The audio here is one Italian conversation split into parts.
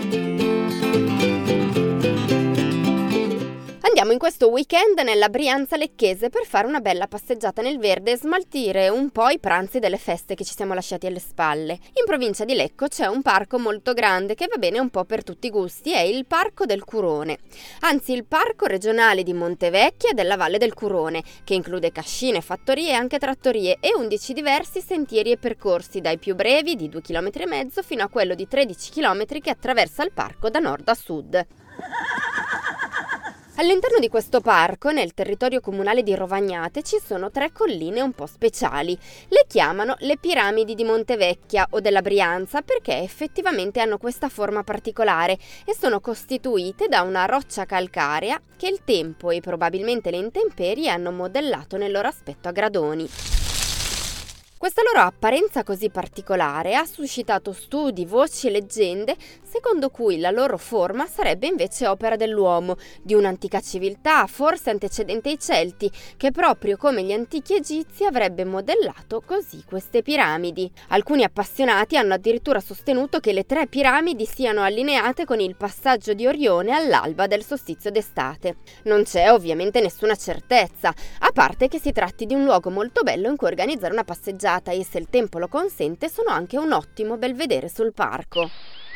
Andiamo in questo weekend nella Brianza Lecchese per fare una bella passeggiata nel verde e smaltire un po' i pranzi delle feste che ci siamo lasciati alle spalle. In provincia di Lecco c'è un parco molto grande che va bene un po' per tutti i gusti, è il Parco del Curone, anzi il Parco regionale di Montevecchia e della Valle del Curone, che include cascine, fattorie e anche trattorie e 11 diversi sentieri e percorsi, dai più brevi di 2,5 km fino a quello di 13 km che attraversa il parco da nord a sud. All'interno di questo parco, nel territorio comunale di Rovagnate, ci sono 3 colline un po' speciali. Le chiamano le piramidi di Montevecchia o della Brianza perché effettivamente hanno questa forma particolare e sono costituite da una roccia calcarea che il tempo e probabilmente le intemperie hanno modellato nel loro aspetto a gradoni. Questa loro apparenza così particolare ha suscitato studi, voci e leggende secondo cui la loro forma sarebbe invece opera dell'uomo, di un'antica civiltà, forse antecedente ai Celti, che proprio come gli antichi egizi avrebbe modellato così queste piramidi. Alcuni appassionati hanno addirittura sostenuto che le 3 piramidi siano allineate con il passaggio di Orione all'alba del solstizio d'estate. Non c'è ovviamente nessuna certezza, a parte che si tratti di un luogo molto bello in cui organizzare una passeggiata e, se il tempo lo consente, sono anche un ottimo belvedere sul parco.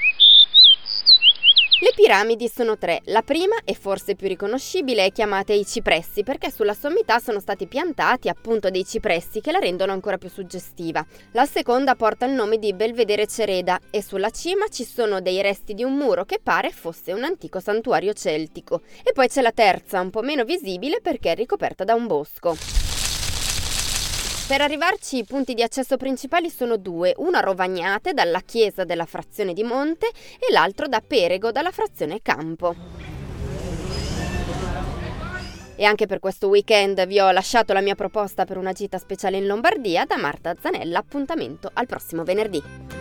Le piramidi sono 3. La prima, e forse più riconoscibile, è chiamata i cipressi perché sulla sommità sono stati piantati appunto dei cipressi che la rendono ancora più suggestiva. La seconda porta il nome di Belvedere Cereda e sulla cima ci sono dei resti di un muro che pare fosse un antico santuario celtico. E poi c'è la terza, un po' meno visibile perché è ricoperta da un bosco. Per arrivarci i punti di accesso principali sono 2, uno a Rovagnate dalla chiesa della frazione di Monte e l'altro da Perego dalla frazione Campo. E anche per questo weekend vi ho lasciato la mia proposta per una gita speciale in Lombardia. Da Marta Zanella, appuntamento al prossimo venerdì.